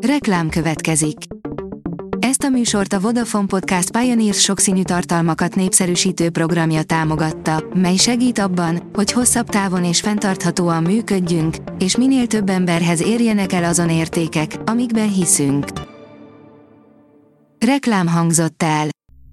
Reklám következik. Ezt a műsort a Vodafone Podcast Pioneers sokszínű tartalmakat népszerűsítő programja támogatta, mely segít abban, hogy hosszabb távon és fenntarthatóan működjünk, és minél több emberhez érjenek el azon értékek, amikben hiszünk. Reklám hangzott el.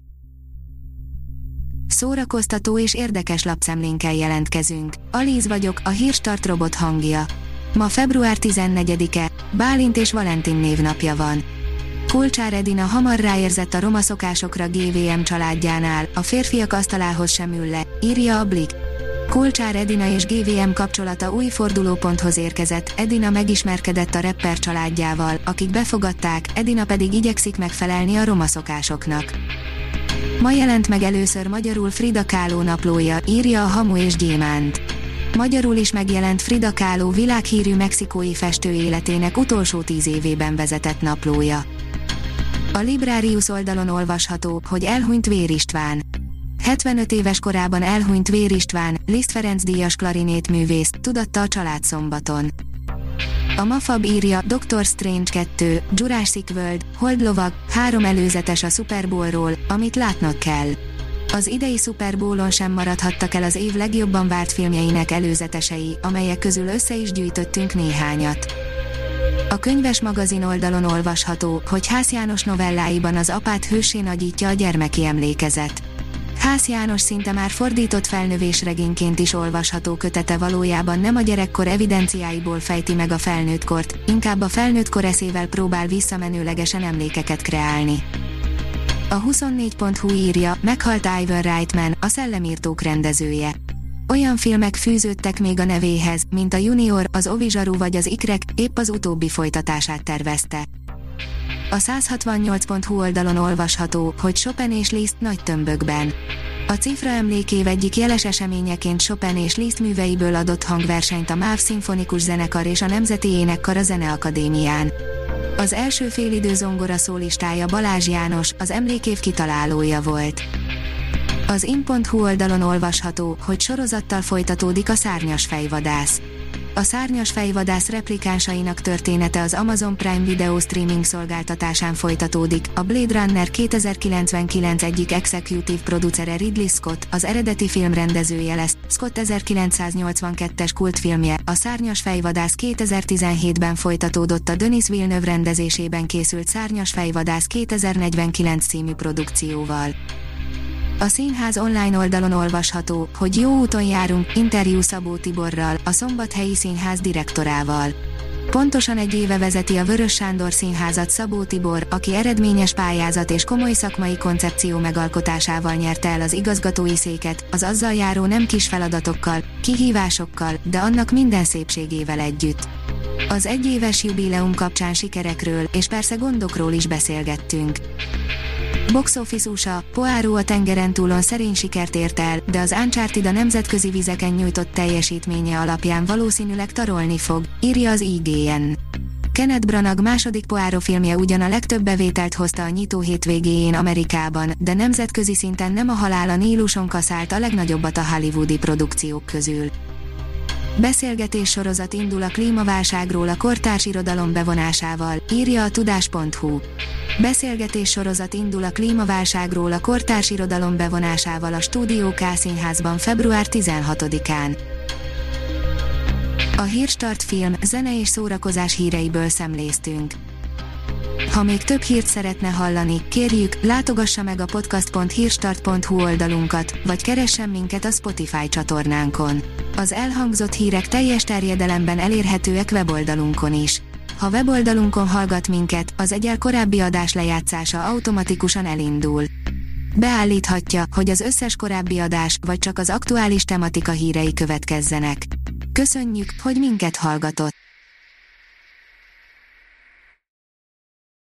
Szórakoztató és érdekes lapszemlénkkel jelentkezünk. Alíz vagyok, a Hírstart robot hangja. Ma február 14-e, Bálint és Valentin névnapja van. Kulcsár Edina hamar ráérzett a roma szokásokra GVM családjánál, a férfiak asztalához sem ül le, írja a Blick. Kulcsár Edina és GVM kapcsolata új fordulóponthoz érkezett, Edina megismerkedett a rapper családjával, akik befogadták, Edina pedig igyekszik megfelelni a roma szokásoknak. Ma jelent meg először magyarul Frida Kahlo naplója, írja a Hamu és Gyémánt. Magyarul is megjelent Frida Kahlo világhírű mexikói festő életének utolsó 10 évében vezetett naplója. A Librarius oldalon olvasható, hogy elhunyt Vér István. 75 éves korában elhunyt Vér István, Liszt Ferenc díjas klarinétművész, tudatta a család szombaton. A Mafab írja, Doctor Strange 2, Jurassic World, Holdlovag, 3 előzetes a Super Bowlról, amit látnod kell. Az idei Super Bowlon sem maradhattak el az év legjobban várt filmjeinek előzetesei, amelyek közül össze is gyűjtöttünk néhányat. A Könyves magazin oldalon olvasható, hogy Hász János novelláiban az apát hőssé nagyítja a gyermeki emlékezet. Hász János szinte már fordított felnövésregényként is olvasható kötete valójában nem a gyerekkor evidenciáiból fejti meg a felnőttkort, inkább a felnőttkor eszével próbál visszamenőlegesen emlékeket kreálni. A 24.hu írja, meghalt Ivan Reitman, a Szellemírtók rendezője. Olyan filmek fűződtek még a nevéhez, mint a Junior, az Ovizsaru vagy az Ikrek, épp az utóbbi folytatását tervezte. A 168.hu oldalon olvasható, hogy Chopin és Liszt nagy tömbökben. A Cifra emlékév egyik jeles eseményeként Chopin és Liszt műveiből adott hangversenyt a MÁV Szimfonikus Zenekar és a Nemzeti Énekkar a Zeneakadémián. Az első félidő zongora szólistája Balázs János, az emlékév kitalálója volt. Az in.hu oldalon olvasható, hogy sorozattal folytatódik a Szárnyas fejvadász. A Szárnyas fejvadász replikánsainak története az Amazon Prime Video streaming szolgáltatásán folytatódik. A Blade Runner 2099 egyik executive producere Ridley Scott, az eredeti film rendezője lesz. Scott 1982-es kultfilmje, a Szárnyas fejvadász 2017-ben folytatódott a Denis Villeneuve rendezésében készült Szárnyas fejvadász 2049 című produkcióval. A Színház online oldalon olvasható, hogy jó úton járunk, interjú Szabó Tiborral, a Szombathelyi Színház direktorával. Pontosan egy éve vezeti a Vörös Sándor Színházat Szabó Tibor, aki eredményes pályázat és komoly szakmai koncepció megalkotásával nyerte el az igazgatói széket, az azzal járó nem kis feladatokkal, kihívásokkal, de annak minden szépségével együtt. Az egyéves jubileum kapcsán sikerekről, és persze gondokról is beszélgettünk. Box Office USA, Poirot a tengeren túlon szerény sikert ért el, de az Uncharted a nemzetközi vizeken nyújtott teljesítménye alapján valószínűleg tarolni fog, írja az IGN. Kenneth Branagh második Poirot filmje ugyan a legtöbb bevételt hozta a nyitó hétvégéjén Amerikában, de nemzetközi szinten nem a Halál a Níluson kaszált a legnagyobbat a hollywoodi produkciók közül. Beszélgetés sorozat indul a klímaválságról a kortárs irodalom bevonásával, írja a tudás.hu. Beszélgetés sorozat indul a klímaválságról a kortárs irodalom bevonásával a Stúdió K színházban február 16-án. A Hírstart film, zene és szórakozás híreiből szemléztünk. Ha még több hírt szeretne hallani, kérjük, látogassa meg a podcast.hírstart.hu oldalunkat, vagy keressen minket a Spotify csatornánkon. Az elhangzott hírek teljes terjedelemben elérhetőek weboldalunkon is. Ha weboldalunkon hallgat minket, az egyel korábbi adás lejátszása automatikusan elindul. Beállíthatja, hogy az összes korábbi adás, vagy csak az aktuális tematika hírei következzenek. Köszönjük, hogy minket hallgatott!